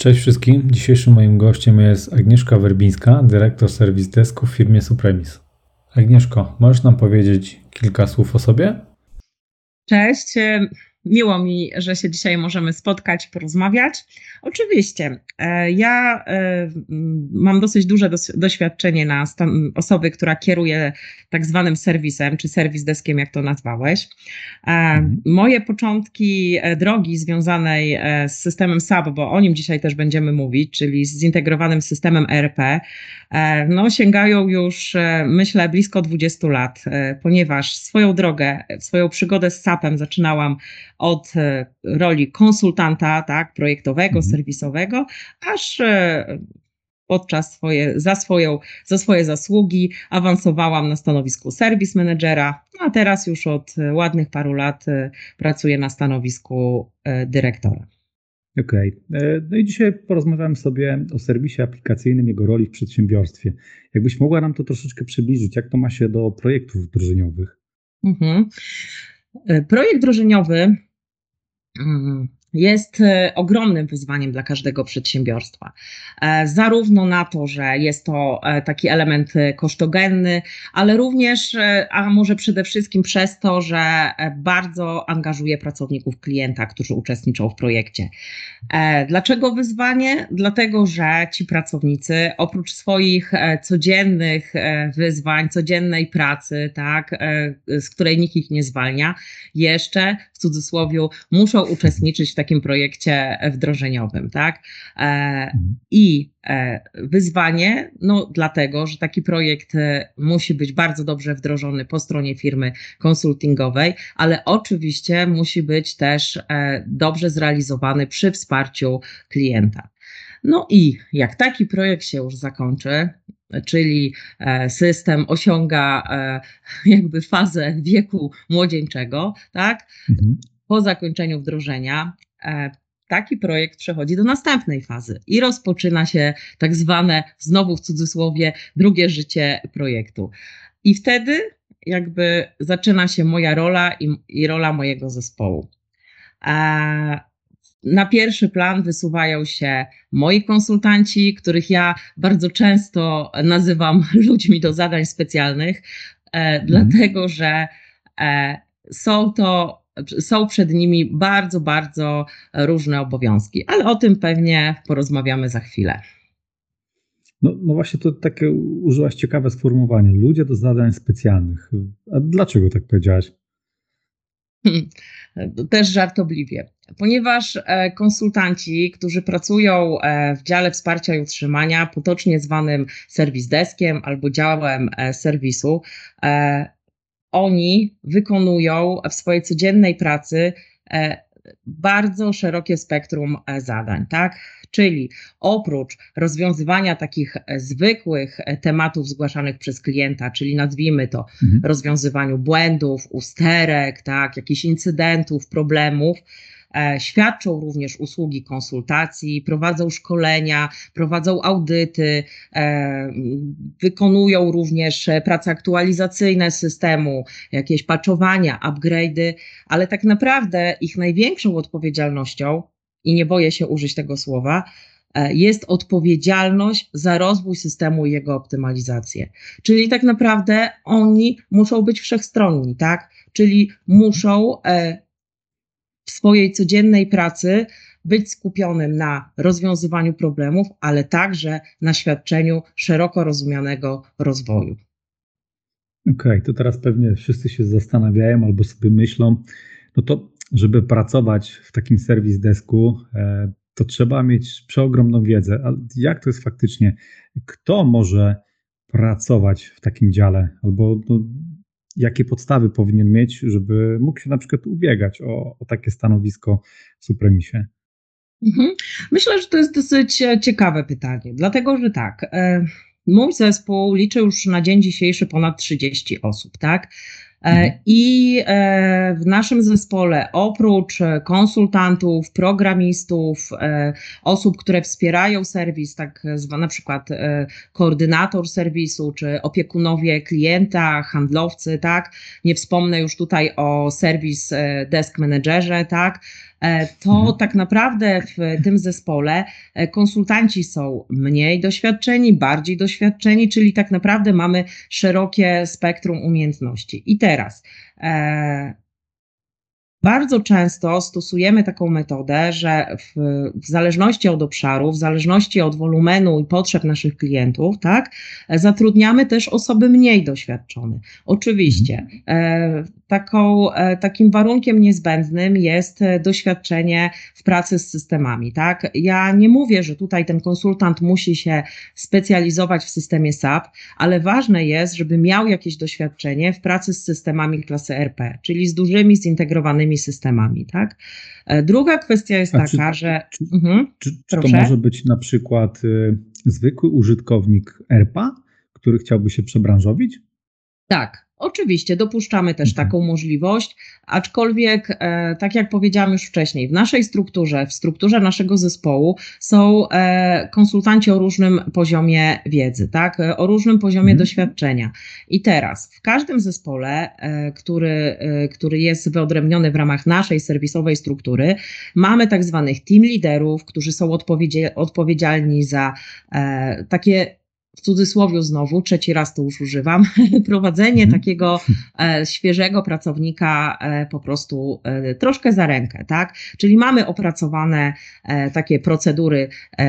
Cześć wszystkim. Dzisiejszym moim gościem jest Agnieszka Werbińska, dyrektor Service Desku w firmie Supremis. Agnieszko, możesz nam powiedzieć kilka słów o sobie? Cześć, miło mi, że się dzisiaj możemy spotkać, porozmawiać. Oczywiście, ja mam dosyć duże doświadczenie na osoby, która kieruje tak zwanym serwisem, czy service deskiem, jak to nazwałeś. Moje początki drogi związanej z systemem SAP, bo o nim dzisiaj też będziemy mówić, czyli z zintegrowanym systemem ERP, sięgają już, myślę, blisko 20 lat, ponieważ swoją drogę, swoją przygodę z SAP-em zaczynałam od roli konsultanta, tak, projektowego, serwisowego, aż za swoje zasługi awansowałam na stanowisku service managera, a teraz już od ładnych paru lat pracuję na stanowisku dyrektora. Okej. No i dzisiaj porozmawiamy sobie o serwisie aplikacyjnym, jego roli w przedsiębiorstwie. Jakbyś mogła nam to troszeczkę przybliżyć, jak to ma się do projektów wdrożeniowych? Projekt wdrożeniowy jest ogromnym wyzwaniem dla każdego przedsiębiorstwa. Zarówno na to, że jest to taki element kosztogenny, ale również, a może przede wszystkim przez to, że bardzo angażuje pracowników klienta, którzy uczestniczą w projekcie. Dlaczego wyzwanie? Dlatego, że ci pracownicy oprócz swoich codziennych wyzwań, codziennej pracy, tak, z której nikt ich nie zwalnia, jeszcze w cudzysłowie muszą uczestniczyć w takim projekcie wdrożeniowym, tak? I wyzwanie, dlatego, że taki projekt musi być bardzo dobrze wdrożony po stronie firmy konsultingowej, ale oczywiście musi być też dobrze zrealizowany przy wsparciu klienta. No i jak taki projekt się już zakończy, czyli system osiąga jakby fazę wieku młodzieńczego, tak? Po zakończeniu wdrożenia taki projekt przechodzi do następnej fazy i rozpoczyna się tak zwane, znowu w cudzysłowie, drugie życie projektu. I wtedy jakby zaczyna się moja rola i rola mojego zespołu. Na pierwszy plan wysuwają się moi konsultanci, których ja bardzo często nazywam ludźmi do zadań specjalnych, dlatego że są przed nimi bardzo, bardzo różne obowiązki, ale o tym pewnie porozmawiamy za chwilę. No właśnie, to takie użyłaś ciekawe sformułowanie. Ludzie do zadań specjalnych. A dlaczego tak powiedziałaś? Też żartobliwie, ponieważ konsultanci, którzy pracują w dziale wsparcia i utrzymania, potocznie zwanym service deskiem albo działem serwisu, oni wykonują w swojej codziennej pracy bardzo szerokie spektrum zadań, tak? Czyli oprócz rozwiązywania takich zwykłych tematów zgłaszanych przez klienta, czyli nazwijmy to rozwiązywaniu błędów, usterek, tak, jakichś incydentów, problemów, świadczą również usługi konsultacji, prowadzą szkolenia, prowadzą audyty, wykonują również prace aktualizacyjne systemu, jakieś patchowania, upgrade'y, ale tak naprawdę ich największą odpowiedzialnością, i nie boję się użyć tego słowa, jest odpowiedzialność za rozwój systemu i jego optymalizację. Czyli tak naprawdę oni muszą być wszechstronni, tak? Czyli muszą w swojej codziennej pracy być skupionym na rozwiązywaniu problemów, ale także na świadczeniu szeroko rozumianego rozwoju. Okej, to teraz pewnie wszyscy się zastanawiają albo sobie myślą, no to żeby pracować w takim service desku, to trzeba mieć przeogromną wiedzę. Ale jak to jest faktycznie? Kto może pracować w takim dziale? Albo jakie podstawy powinien mieć, żeby mógł się na przykład ubiegać o takie stanowisko w Supremisie? Myślę, że to jest dosyć ciekawe pytanie, dlatego że tak, mój zespół liczy już na dzień dzisiejszy ponad 30 osób, tak? I w naszym zespole oprócz konsultantów, programistów, osób, które wspierają serwis, tak zwany na przykład koordynator serwisu, czy opiekunowie klienta, handlowcy, tak? Nie wspomnę już tutaj o service desk managerze, tak? to tak naprawdę w tym zespole konsultanci są mniej doświadczeni, bardziej doświadczeni, czyli tak naprawdę mamy szerokie spektrum umiejętności. I teraz bardzo często stosujemy taką metodę, że w zależności od obszaru, w zależności od wolumenu i potrzeb naszych klientów, tak, zatrudniamy też osoby mniej doświadczone. Oczywiście takim warunkiem niezbędnym jest doświadczenie w pracy z systemami. Tak? Ja nie mówię, że tutaj ten konsultant musi się specjalizować w systemie SAP, ale ważne jest, żeby miał jakieś doświadczenie w pracy z systemami klasy RP, czyli z dużymi, zintegrowanymi systemami, tak? Druga kwestia jest taka, że... Czy to może być na przykład zwykły użytkownik ERP-a, który chciałby się przebranżowić? Tak, oczywiście dopuszczamy też taką możliwość, aczkolwiek tak jak powiedziałam już wcześniej, w naszej strukturze, w strukturze naszego zespołu są konsultanci o różnym poziomie wiedzy, tak? O różnym poziomie doświadczenia. I teraz w każdym zespole, który jest wyodrębniony w ramach naszej serwisowej struktury, mamy tak zwanych team liderów, którzy są odpowiedzialni za takie, w cudzysłowie znowu, trzeci raz to już używam, prowadzenie takiego świeżego pracownika po prostu troszkę za rękę, tak? Czyli mamy opracowane takie procedury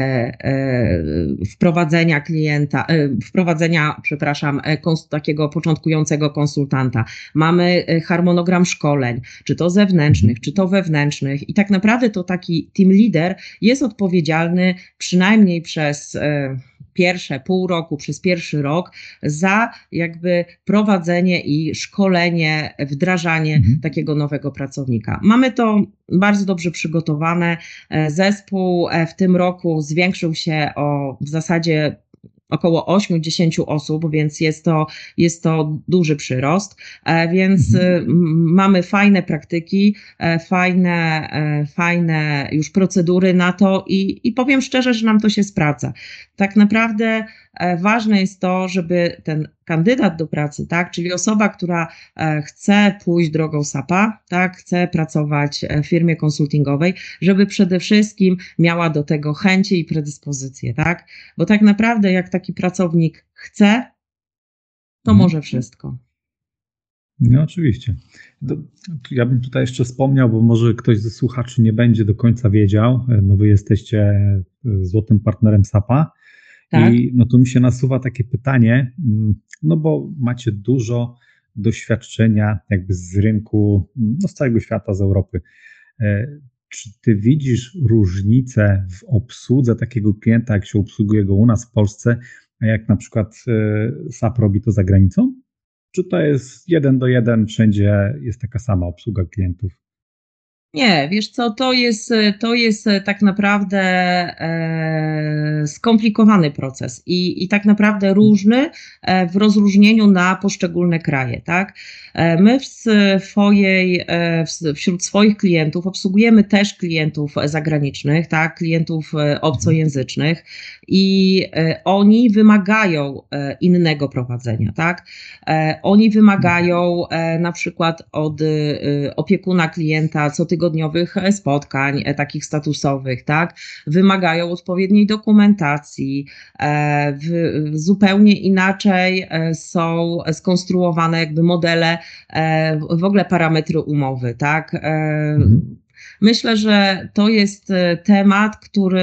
takiego początkującego konsultanta. Mamy harmonogram szkoleń, czy to zewnętrznych, czy to wewnętrznych i tak naprawdę to taki team leader jest odpowiedzialny przynajmniej przez pierwsze pół roku, przez pierwszy rok za jakby prowadzenie i szkolenie, wdrażanie takiego nowego pracownika. Mamy to bardzo dobrze przygotowane. Zespół w tym roku zwiększył się w zasadzie około 8-10 osób, więc jest to duży przyrost, więc mamy fajne praktyki, fajne już procedury na to i powiem szczerze, że nam to się sprawdza. Tak naprawdę ważne jest to, żeby ten kandydat do pracy, tak, czyli osoba, która chce pójść drogą SAP-a, tak, chce pracować w firmie konsultingowej, żeby przede wszystkim miała do tego chęci i predyspozycje, tak, bo tak naprawdę jak taki pracownik chce, to może wszystko. No oczywiście. Ja bym tutaj jeszcze wspomniał, bo może ktoś ze słuchaczy nie będzie do końca wiedział, no wy jesteście złotym partnerem SAP-a. Tak. I no to mi się nasuwa takie pytanie, no bo macie dużo doświadczenia jakby z rynku, no z całego świata, z Europy. Czy ty widzisz różnicę w obsłudze takiego klienta, jak się obsługuje go u nas w Polsce, a jak na przykład SAP robi to za granicą? Czy to jest 1:1, wszędzie jest taka sama obsługa klientów? Nie, wiesz co, to jest tak naprawdę skomplikowany proces i tak naprawdę różny w rozróżnieniu na poszczególne kraje, tak? My wśród swoich klientów obsługujemy też klientów zagranicznych, tak? Klientów obcojęzycznych i oni wymagają innego prowadzenia, tak? Oni wymagają na przykład od opiekuna klienta cotygodniowych spotkań takich statusowych, tak? Wymagają odpowiedniej dokumentacji, zupełnie inaczej są skonstruowane jakby modele, w ogóle parametry umowy, tak? Myślę, że to jest temat,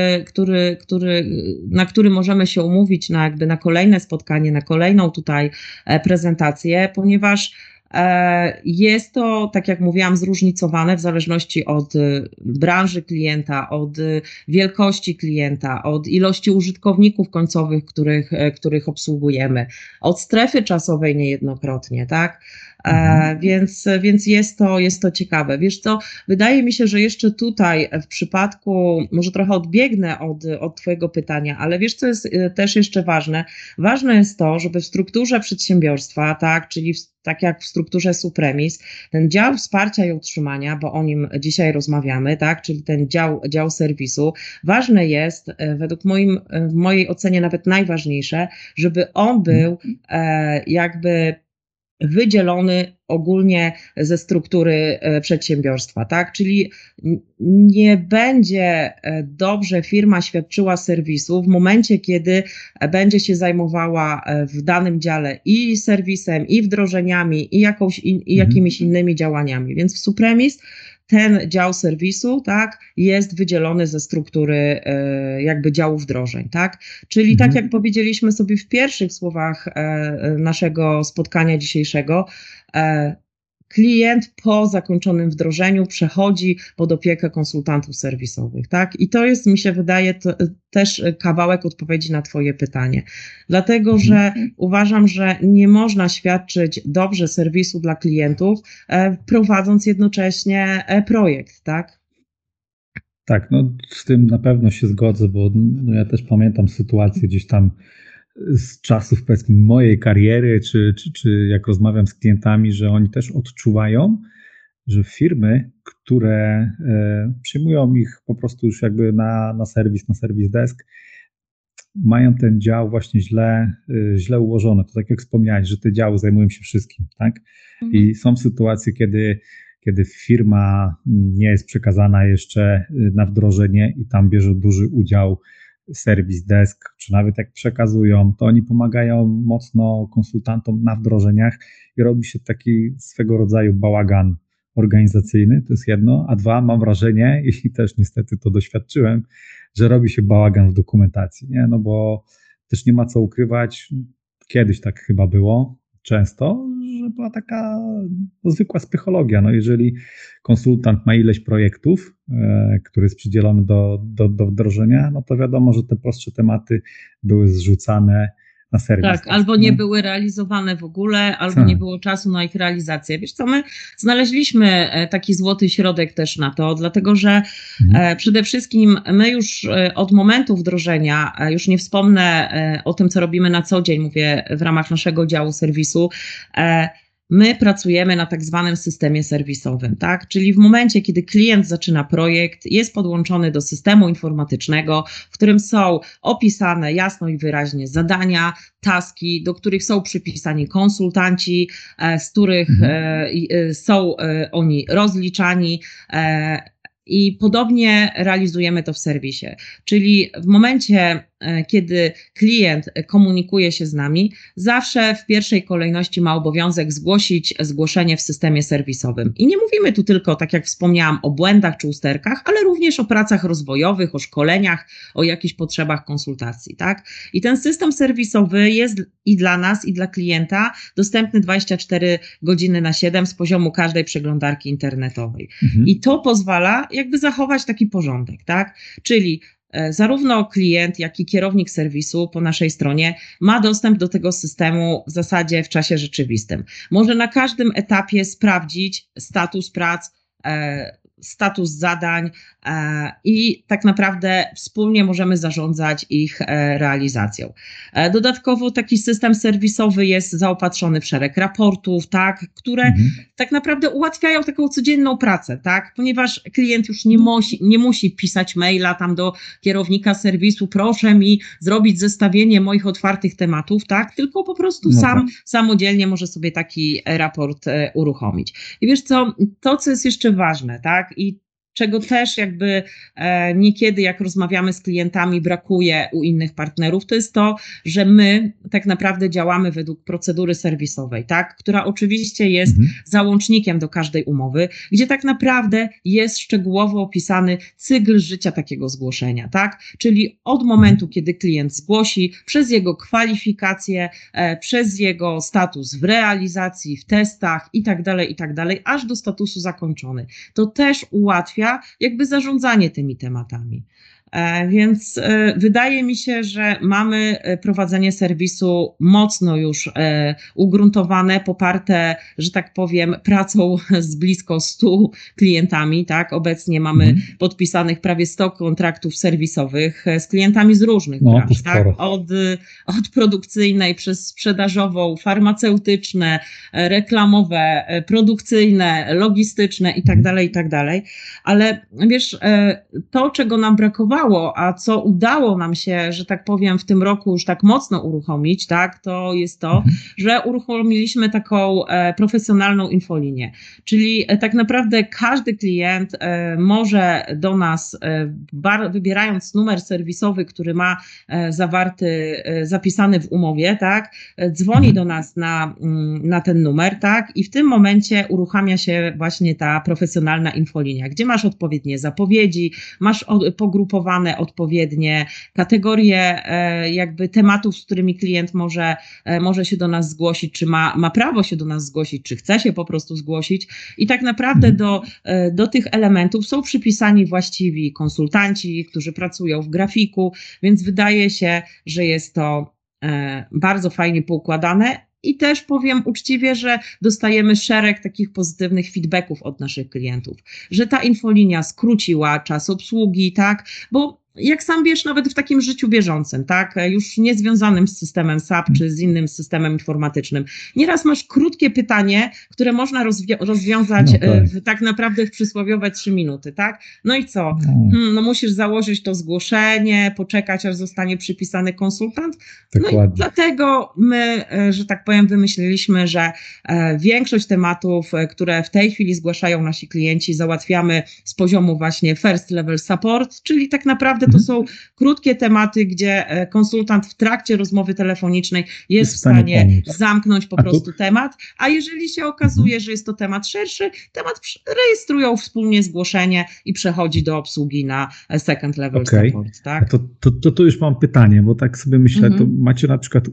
na który możemy się umówić na kolejne spotkanie, na kolejną tutaj prezentację, ponieważ jest to, tak jak mówiłam, zróżnicowane w zależności od branży klienta, od wielkości klienta, od ilości użytkowników końcowych, których obsługujemy, od strefy czasowej niejednokrotnie, tak? Więc jest to ciekawe. Wiesz co, wydaje mi się, że jeszcze tutaj w przypadku, może trochę odbiegnę od twojego pytania, ale wiesz co jest też jeszcze ważne? Ważne jest to, żeby w strukturze przedsiębiorstwa, tak, czyli tak jak w strukturze Supremis, ten dział wsparcia i utrzymania, bo o nim dzisiaj rozmawiamy, tak, czyli ten dział serwisu, ważne jest, w mojej ocenie nawet najważniejsze, żeby on był jakby wydzielony ogólnie ze struktury przedsiębiorstwa, tak? Czyli nie będzie dobrze firma świadczyła serwisu w momencie, kiedy będzie się zajmowała w danym dziale i serwisem, i wdrożeniami, i jakimiś innymi działaniami. Więc w Supremis ten dział serwisu, tak, jest wydzielony ze struktury jakby działu wdrożeń, tak? Czyli tak jak powiedzieliśmy sobie w pierwszych słowach naszego spotkania dzisiejszego, klient po zakończonym wdrożeniu przechodzi pod opiekę konsultantów serwisowych, tak? I to jest, mi się wydaje, też kawałek odpowiedzi na twoje pytanie. Dlatego, że uważam, że nie można świadczyć dobrze serwisu dla klientów, prowadząc jednocześnie projekt, tak? Tak, no z tym na pewno się zgodzę, bo ja też pamiętam sytuację gdzieś tam z czasów, powiedzmy, mojej kariery, czy jak rozmawiam z klientami, że oni też odczuwają, że firmy, które przyjmują ich po prostu już jakby na serwis desk, mają ten dział właśnie źle ułożony. To tak jak wspomniałeś, że te działy zajmują się wszystkim, tak? I są sytuacje, kiedy firma nie jest przekazana jeszcze na wdrożenie i tam bierze duży udział serwis desk, czy nawet jak przekazują, to oni pomagają mocno konsultantom na wdrożeniach i robi się taki swego rodzaju bałagan organizacyjny, to jest jedno, a dwa, mam wrażenie, i też niestety to doświadczyłem, że robi się bałagan w dokumentacji, nie? No bo też nie ma co ukrywać, kiedyś tak chyba było, często, że była taka zwykła psychologia. No jeżeli konsultant ma ileś projektów, który jest przydzielony do wdrożenia, no to wiadomo, że te prostsze tematy były zrzucane na serwis. Tak, albo nie były realizowane w ogóle, albo nie było czasu na ich realizację. Wiesz co, my znaleźliśmy taki złoty środek też na to, dlatego że przede wszystkim my już od momentu wdrożenia, już nie wspomnę o tym, co robimy na co dzień, mówię w ramach naszego działu serwisu, my pracujemy na tak zwanym systemie serwisowym, tak? Czyli w momencie, kiedy klient zaczyna projekt, jest podłączony do systemu informatycznego, w którym są opisane jasno i wyraźnie zadania, taski, do których są przypisani konsultanci, z których są oni rozliczani. I podobnie realizujemy to w serwisie. Czyli w momencie, kiedy klient komunikuje się z nami, zawsze w pierwszej kolejności ma obowiązek zgłosić zgłoszenie w systemie serwisowym. I nie mówimy tu tylko, tak jak wspomniałam, o błędach czy usterkach, ale również o pracach rozwojowych, o szkoleniach, o jakichś potrzebach konsultacji, tak? I ten system serwisowy jest i dla nas, i dla klienta dostępny 24 godziny na 7 z poziomu każdej przeglądarki internetowej. I to pozwala jakby zachować taki porządek, tak? Czyli zarówno klient, jak i kierownik serwisu po naszej stronie ma dostęp do tego systemu w zasadzie w czasie rzeczywistym. Może na każdym etapie sprawdzić status prac, status zadań i tak naprawdę wspólnie możemy zarządzać ich realizacją. Dodatkowo taki system serwisowy jest zaopatrzony w szereg raportów, tak, które tak naprawdę ułatwiają taką codzienną pracę, tak, ponieważ klient już nie musi pisać maila tam do kierownika serwisu, proszę mi zrobić zestawienie moich otwartych tematów, tak, tylko po prostu samodzielnie może sobie taki raport uruchomić. I wiesz co, to co jest jeszcze ważne, tak, i czego też jakby niekiedy jak rozmawiamy z klientami brakuje u innych partnerów, to jest to, że my tak naprawdę działamy według procedury serwisowej, tak, która oczywiście jest załącznikiem do każdej umowy, gdzie tak naprawdę jest szczegółowo opisany cykl życia takiego zgłoszenia, tak, czyli od momentu, kiedy klient zgłosi, przez jego kwalifikacje, przez jego status w realizacji, w testach i tak dalej, aż do statusu zakończony. To też ułatwia jakby zarządzanie tymi tematami. Więc wydaje mi się, że mamy prowadzenie serwisu mocno już ugruntowane, poparte, że tak powiem, pracą z blisko 100 klientami, tak? Obecnie mamy podpisanych prawie 100 kontraktów serwisowych z klientami z różnych branż, tak? Od produkcyjnej przez sprzedażową, farmaceutyczne, reklamowe, produkcyjne, logistyczne i tak dalej. Ale wiesz, to, czego nam brakowało działało, a co udało nam się, że tak powiem, w tym roku już tak mocno uruchomić, tak, to jest to, że uruchomiliśmy taką profesjonalną infolinię, czyli tak naprawdę każdy klient może do nas, wybierając numer serwisowy, który ma zapisany w umowie, tak, dzwoni do nas na ten numer, tak, i w tym momencie uruchamia się właśnie ta profesjonalna infolinia, gdzie masz odpowiednie zapowiedzi, masz pogrupowane odpowiednie kategorie jakby tematów, z którymi klient może się do nas zgłosić, czy ma prawo się do nas zgłosić, czy chce się po prostu zgłosić i tak naprawdę do tych elementów są przypisani właściwi konsultanci, którzy pracują w grafiku, więc wydaje się, że jest to bardzo fajnie poukładane. I też powiem uczciwie, że dostajemy szereg takich pozytywnych feedbacków od naszych klientów, że ta infolinia skróciła czas obsługi, tak, bo jak sam wiesz, nawet w takim życiu bieżącym, tak, już nie związanym z systemem SAP czy z innym systemem informatycznym, nieraz masz krótkie pytanie, które można rozwiązać tak naprawdę w przysłowiowe 3 minuty, tak? No i co? No musisz założyć to zgłoszenie, poczekać, aż zostanie przypisany konsultant. Dokładnie. No i dlatego my, że tak powiem, wymyśliliśmy, że większość tematów, które w tej chwili zgłaszają nasi klienci, załatwiamy z poziomu właśnie first level support, czyli tak naprawdę to są krótkie tematy, gdzie konsultant w trakcie rozmowy telefonicznej jest w stanie zamknąć po prostu temat, a jeżeli się okazuje, że jest to temat szerszy, rejestrują wspólnie zgłoszenie i przechodzi do obsługi na second level support. Tak? To już mam pytanie, bo tak sobie myślę, to macie na przykład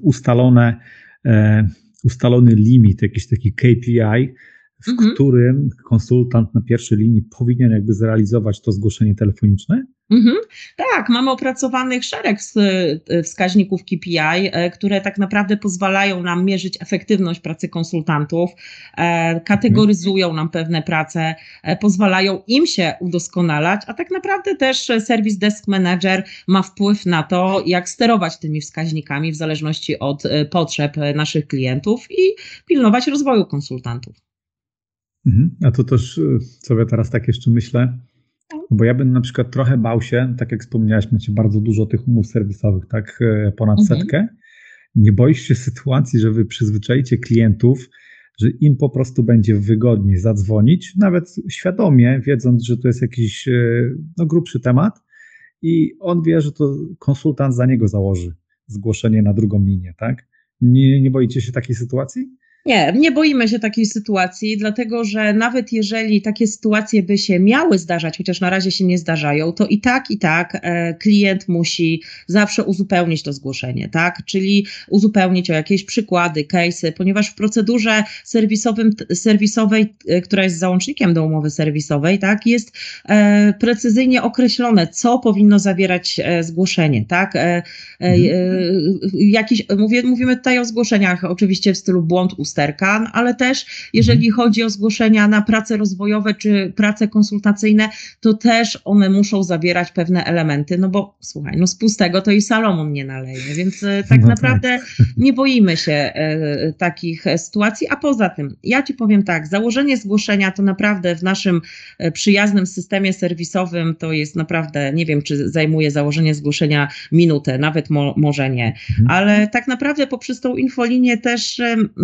ustalony limit, jakiś taki KPI, w którym konsultant na pierwszej linii powinien jakby zrealizować to zgłoszenie telefoniczne? Tak, mamy opracowanych szereg wskaźników KPI, które tak naprawdę pozwalają nam mierzyć efektywność pracy konsultantów, kategoryzują nam pewne prace, pozwalają im się udoskonalać, a tak naprawdę też Service Desk Manager ma wpływ na to, jak sterować tymi wskaźnikami w zależności od potrzeb naszych klientów i pilnować rozwoju konsultantów. A to też sobie teraz tak jeszcze myślę, bo ja bym na przykład trochę bał się, tak jak wspomniałeś, macie bardzo dużo tych umów serwisowych, tak, ponad 100. Nie boisz się sytuacji, że wy przyzwyczaicie klientów, że im po prostu będzie wygodniej zadzwonić, nawet świadomie, wiedząc, że to jest jakiś grubszy temat i on wie, że to konsultant za niego założy zgłoszenie na drugą linię, tak? Nie boicie się takiej sytuacji? Nie boimy się takiej sytuacji, dlatego że nawet jeżeli takie sytuacje by się miały zdarzać, chociaż na razie się nie zdarzają, to i tak klient musi zawsze uzupełnić to zgłoszenie, tak? Czyli uzupełnić o jakieś przykłady, case'y, ponieważ w procedurze serwisowej, która jest załącznikiem do umowy serwisowej, tak, jest precyzyjnie określone, co powinno zawierać zgłoszenie, tak? Mówimy tutaj o zgłoszeniach oczywiście w stylu błąd usterkan, ale też jeżeli chodzi o zgłoszenia na prace rozwojowe czy prace konsultacyjne, to też one muszą zawierać pewne elementy, no bo słuchaj, no z pustego to i Salomon nie naleje, więc tak naprawdę nie boimy się takich sytuacji, a poza tym ja Ci powiem tak, założenie zgłoszenia to naprawdę w naszym przyjaznym systemie serwisowym to jest naprawdę, nie wiem czy zajmuje założenie zgłoszenia minutę, nawet może nie, ale tak naprawdę poprzez tą infolinię też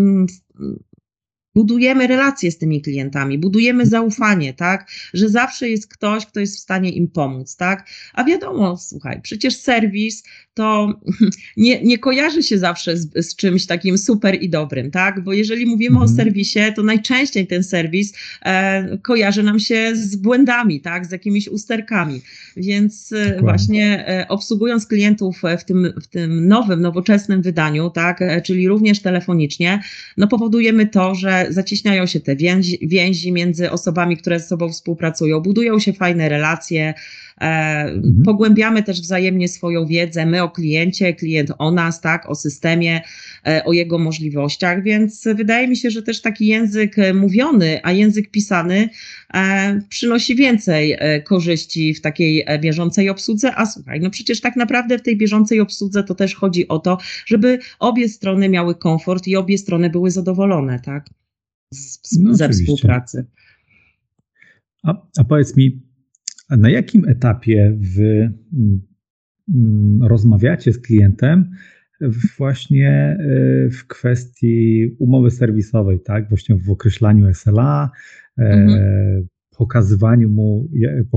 budujemy relacje z tymi klientami, budujemy zaufanie, tak, że zawsze jest ktoś, kto jest w stanie im pomóc, tak, a wiadomo, słuchaj, przecież serwis to nie kojarzy się zawsze z czymś takim super i dobrym, tak, bo jeżeli mówimy o serwisie, to najczęściej ten serwis kojarzy nam się z błędami, tak, z jakimiś usterkami, więc właśnie obsługując klientów w tym nowym, nowoczesnym wydaniu, tak, czyli również telefonicznie, no powodujemy to, że zacieśniają się te więzi między osobami, które ze sobą współpracują, budują się fajne relacje, pogłębiamy też wzajemnie swoją wiedzę, my o kliencie, klient o nas, tak, o systemie, o jego możliwościach, więc wydaje mi się, że też taki język mówiony, a język pisany przynosi więcej korzyści w takiej bieżącej obsłudze, a słuchaj, no przecież tak naprawdę w tej bieżącej obsłudze to też chodzi o to, żeby obie strony miały komfort i obie strony były zadowolone, tak, ze współpracy. A powiedz mi, A na jakim etapie wy rozmawiacie z klientem właśnie w kwestii umowy serwisowej, tak? Właśnie w określaniu SLA, Mhm. pokazywaniu mu,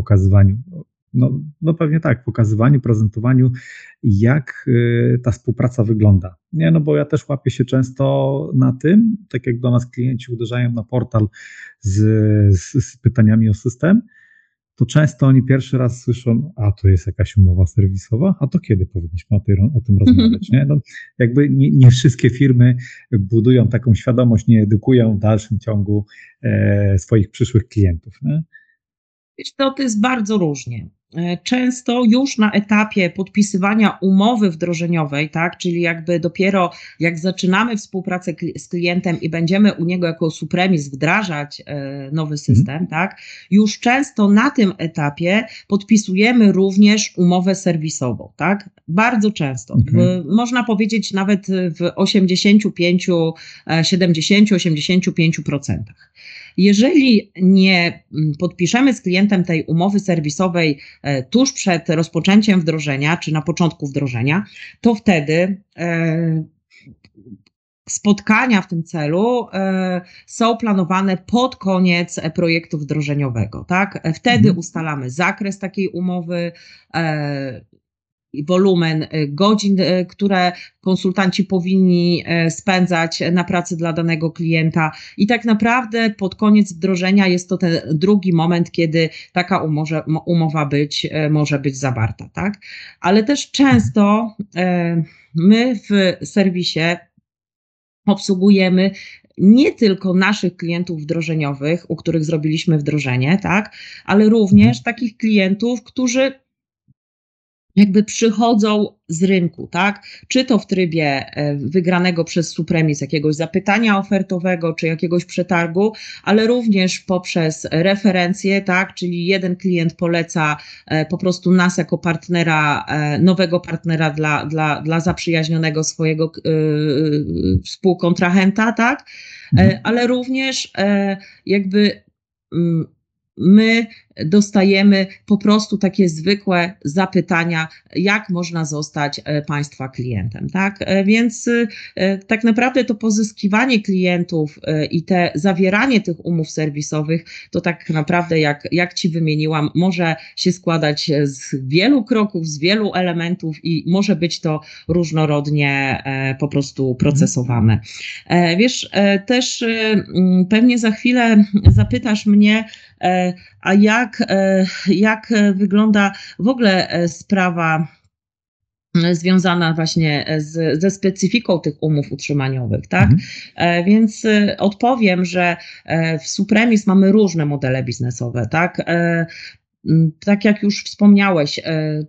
no pewnie tak, pokazywaniu, prezentowaniu, jak ta współpraca wygląda. Nie, no bo ja też łapię się często na tym, tak jak do nas klienci uderzają na portal z, z pytaniami o system, to często oni pierwszy raz słyszą, a to jest jakaś umowa serwisowa, a to kiedy powinniśmy o tym rozmawiać, nie? No, jakby nie wszystkie firmy budują taką świadomość, nie edukują w dalszym ciągu swoich przyszłych klientów, nie? Wiesz, to jest bardzo różnie. Często już na etapie podpisywania umowy wdrożeniowej, tak, czyli jakby dopiero jak zaczynamy współpracę z klientem i będziemy u niego jako supremis wdrażać nowy system, tak, już często na tym etapie podpisujemy również umowę serwisową, tak, bardzo często. Okay. Można powiedzieć nawet w 85, 70, 85%. Jeżeli nie podpiszemy z klientem tej umowy serwisowej tuż przed rozpoczęciem wdrożenia, czy na początku wdrożenia, to wtedy spotkania w tym celu są planowane pod koniec projektu wdrożeniowego, tak? Wtedy ustalamy zakres takiej umowy, wolumen godzin, które konsultanci powinni spędzać na pracy dla danego klienta i tak naprawdę pod koniec wdrożenia jest to ten drugi moment, kiedy taka umowa może być zawarta, tak? Ale też często my w serwisie obsługujemy nie tylko naszych klientów wdrożeniowych, u których zrobiliśmy wdrożenie, tak? Ale również takich klientów, którzy jakby przychodzą z rynku, tak? Czy to w trybie wygranego przez supremis jakiegoś zapytania ofertowego, czy jakiegoś przetargu, ale również poprzez referencje, tak? Czyli jeden klient poleca po prostu nas jako partnera, nowego partnera dla zaprzyjaźnionego swojego współkontrahenta, tak? Ale również jakby my dostajemy po prostu takie zwykłe zapytania, jak można zostać Państwa klientem, tak? Więc tak naprawdę to pozyskiwanie klientów i zawieranie tych umów serwisowych, to tak naprawdę jak Ci wymieniłam, może się składać z wielu kroków, z wielu elementów i może być to różnorodnie po prostu procesowane. Wiesz, też pewnie za chwilę zapytasz mnie, a jak wygląda w ogóle sprawa związana właśnie ze specyfiką tych umów utrzymaniowych, tak? Więc odpowiem, że w Supremis mamy różne modele biznesowe, tak? Tak jak już wspomniałeś,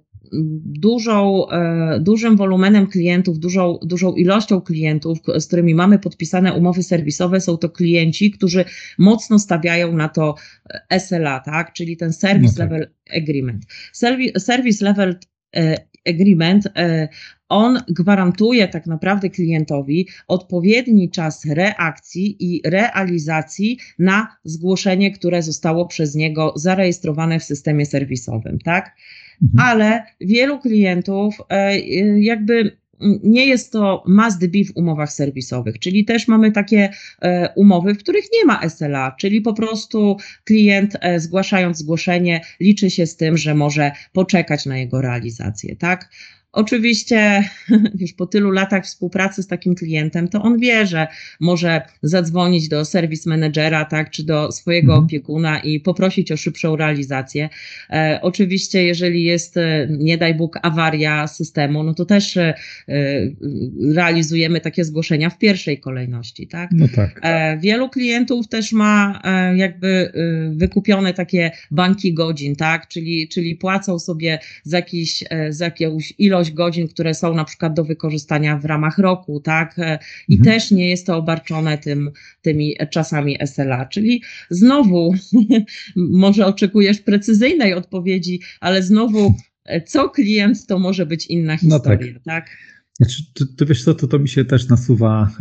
dużym wolumenem klientów, dużą ilością klientów, z którymi mamy podpisane umowy serwisowe, są to klienci, którzy mocno stawiają na to SLA, tak? Czyli ten Service Level Agreement. Service Level Agreement, on gwarantuje tak naprawdę klientowi odpowiedni czas reakcji i realizacji na zgłoszenie, które zostało przez niego zarejestrowane w systemie serwisowym, tak? Ale wielu klientów jakby nie jest to must be w umowach serwisowych, czyli też mamy takie umowy, w których nie ma SLA, czyli po prostu klient zgłaszając zgłoszenie liczy się z tym, że może poczekać na jego realizację, tak? Oczywiście już po tylu latach współpracy z takim klientem, to on wie, że może zadzwonić do service managera, tak, czy do swojego opiekuna i poprosić o szybszą realizację. Oczywiście, jeżeli jest, nie daj Bóg, awaria systemu, no to też realizujemy takie zgłoszenia w pierwszej kolejności, tak? No tak. Wielu klientów też ma jakby wykupione takie banki godzin, tak? Czyli płacą sobie za jakąś ilość godzin, które są na przykład do wykorzystania w ramach roku, tak? I też nie jest to obarczone tymi czasami SLA, czyli znowu może oczekujesz precyzyjnej odpowiedzi, ale znowu co klient, to może być inna historia, no tak? Znaczy, to wiesz co, to mi się też nasuwa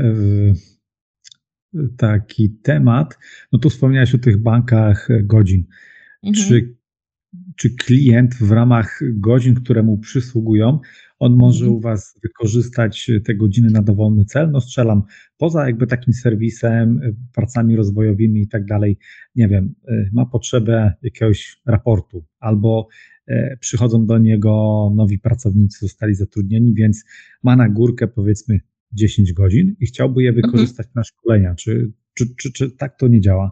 taki temat, no tu wspomniałeś o tych bankach godzin. Czy czy klient w ramach godzin, które mu przysługują, on może u Was wykorzystać te godziny na dowolny cel? No strzelam, poza jakby takim serwisem, pracami rozwojowymi i tak dalej, nie wiem, ma potrzebę jakiegoś raportu albo przychodzą do niego nowi pracownicy, zostali zatrudnieni, więc ma na górkę powiedzmy 10 godzin i chciałby je wykorzystać na szkolenia. Czy tak to nie działa?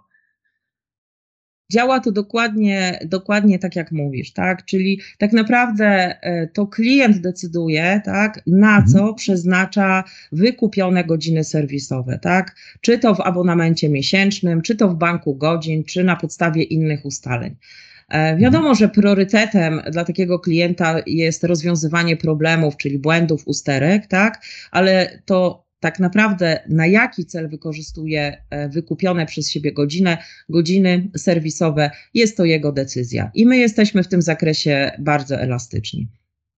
Działa to dokładnie tak, jak mówisz, tak? Czyli tak naprawdę to klient decyduje, tak, na co przeznacza wykupione godziny serwisowe, tak? Czy to w abonamencie miesięcznym, czy to w banku godzin, czy na podstawie innych ustaleń. Wiadomo, że priorytetem dla takiego klienta jest rozwiązywanie problemów, czyli błędów, usterek, tak? Ale to tak naprawdę na jaki cel wykorzystuje wykupione przez siebie godziny serwisowe, jest to jego decyzja. I my jesteśmy w tym zakresie bardzo elastyczni.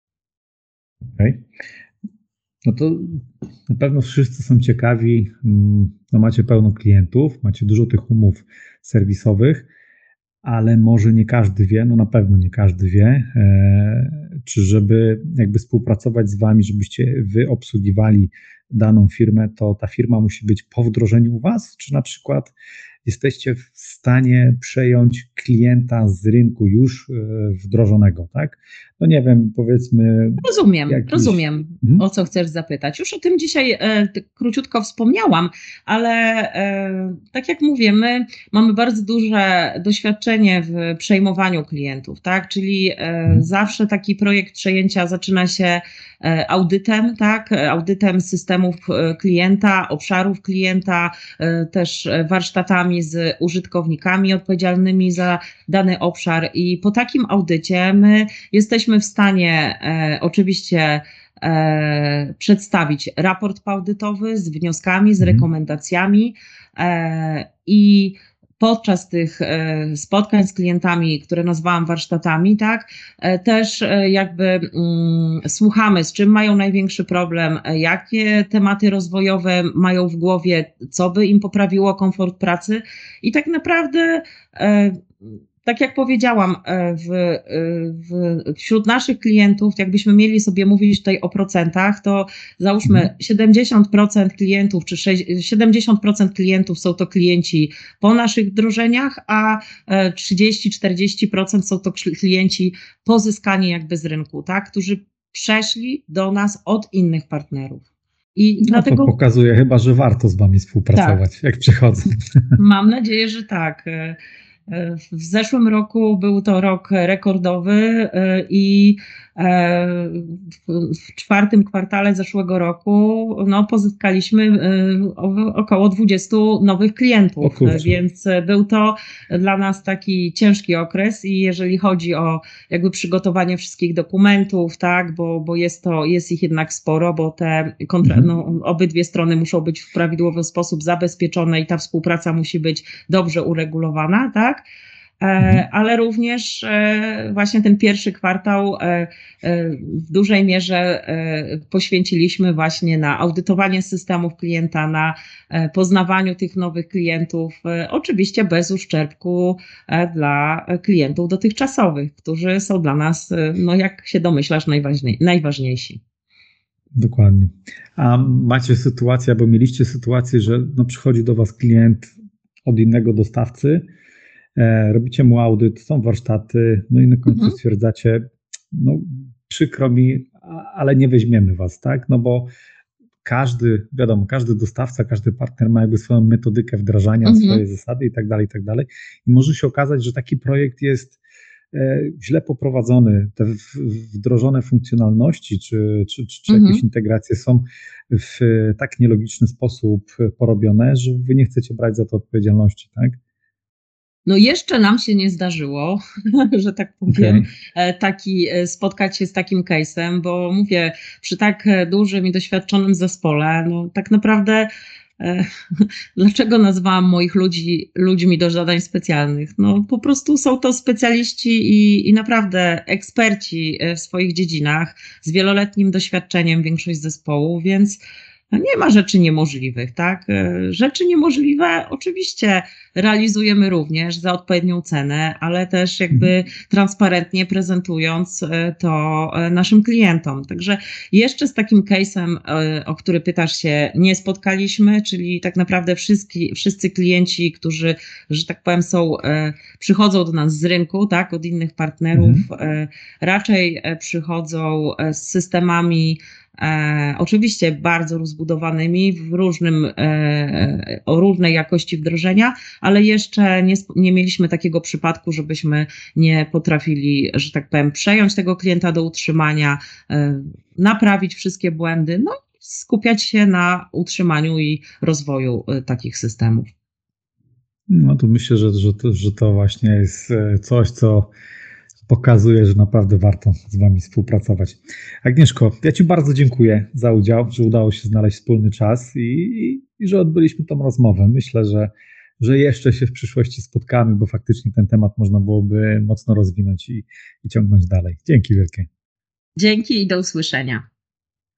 Okay. No to na pewno wszyscy są ciekawi, no macie pełno klientów, macie dużo tych umów serwisowych, ale może nie każdy wie, no na pewno nie każdy wie, czy żeby jakby współpracować z Wami, żebyście Wy obsługiwali daną firmę, to ta firma musi być po wdrożeniu u Was, czy na przykład jesteście w stanie przejąć klienta z rynku już wdrożonego, tak? No nie wiem, powiedzmy... Rozumiem, o co chcesz zapytać. Już o tym dzisiaj króciutko wspomniałam, ale tak jak mówię, my mamy bardzo duże doświadczenie w przejmowaniu klientów, tak? Czyli zawsze taki projekt przejęcia zaczyna się audytem, tak? Audytem systemów klienta, obszarów klienta, też warsztatami z użytkownikami odpowiedzialnymi za dany obszar i po takim audycie my jesteśmy w stanie oczywiście przedstawić raport poaudytowy z wnioskami, z rekomendacjami i podczas tych spotkań z klientami, które nazwałam warsztatami, tak, też jakby słuchamy, z czym mają największy problem, jakie tematy rozwojowe mają w głowie, co by im poprawiło komfort pracy i tak naprawdę tak jak powiedziałam, wśród naszych klientów, jakbyśmy mieli sobie mówić tutaj o procentach, to załóżmy 70% klientów, czy 70% klientów są to klienci po naszych wdrożeniach, a 30-40% są to klienci pozyskani jakby z rynku, tak, którzy przeszli do nas od innych partnerów. I dlatego to pokazuje chyba, że warto z Wami współpracować, tak, jak przychodzą. Mam nadzieję, że tak. W zeszłym roku był to rok rekordowy i w czwartym kwartale zeszłego roku pozyskaliśmy około 20 nowych klientów, więc był to dla nas taki ciężki okres i jeżeli chodzi o jakby przygotowanie wszystkich dokumentów, tak, bo jest ich jednak sporo, bo te obydwie strony muszą być w prawidłowy sposób zabezpieczone i ta współpraca musi być dobrze uregulowana, tak? Ale również właśnie ten pierwszy kwartał w dużej mierze poświęciliśmy właśnie na audytowanie systemów klienta, na poznawaniu tych nowych klientów, oczywiście bez uszczerbku dla klientów dotychczasowych, którzy są dla nas, no jak się domyślasz, najważniejsi. Dokładnie. A macie sytuację, albo mieliście sytuację, że przychodzi do Was klient od innego dostawcy, robicie mu audyt, są warsztaty, no i na końcu stwierdzacie, przykro mi, ale nie weźmiemy Was, tak? No bo każdy dostawca, każdy partner ma jakby swoją metodykę wdrażania, swoje zasady i tak dalej, i tak dalej. I może się okazać, że taki projekt jest źle poprowadzony, te wdrożone funkcjonalności czy jakieś integracje są w tak nielogiczny sposób porobione, że Wy nie chcecie brać za to odpowiedzialności, tak? No jeszcze nam się nie zdarzyło, że tak powiem, spotkać się z takim case'em, bo mówię, przy tak dużym i doświadczonym zespole, tak naprawdę dlaczego nazwałam moich ludźmi do zadań specjalnych? Po prostu są to specjaliści i naprawdę eksperci w swoich dziedzinach z wieloletnim doświadczeniem większość zespołu, więc No nie ma rzeczy niemożliwych, tak? Rzeczy niemożliwe oczywiście realizujemy również za odpowiednią cenę, ale też Mhm. jakby transparentnie prezentując to naszym klientom. Także jeszcze z takim case'em, o który pytasz się, nie spotkaliśmy, czyli tak naprawdę wszyscy klienci, którzy, że tak powiem, przychodzą do nas z rynku, tak, od innych partnerów, Mhm. raczej przychodzą z systemami oczywiście bardzo rozbudowanymi, o różnej jakości wdrożenia, ale jeszcze nie mieliśmy takiego przypadku, żebyśmy nie potrafili, że tak powiem, przejąć tego klienta do utrzymania, naprawić wszystkie błędy, no i skupiać się na utrzymaniu i rozwoju takich systemów. No to myślę, że to właśnie jest coś, co pokazuje, że naprawdę warto z Wami współpracować. Agnieszko, ja Ci bardzo dziękuję za udział, że udało się znaleźć wspólny czas i że odbyliśmy tą rozmowę. Myślę, że jeszcze się w przyszłości spotkamy, bo faktycznie ten temat można byłoby mocno rozwinąć i ciągnąć dalej. Dzięki wielkie. Dzięki i do usłyszenia.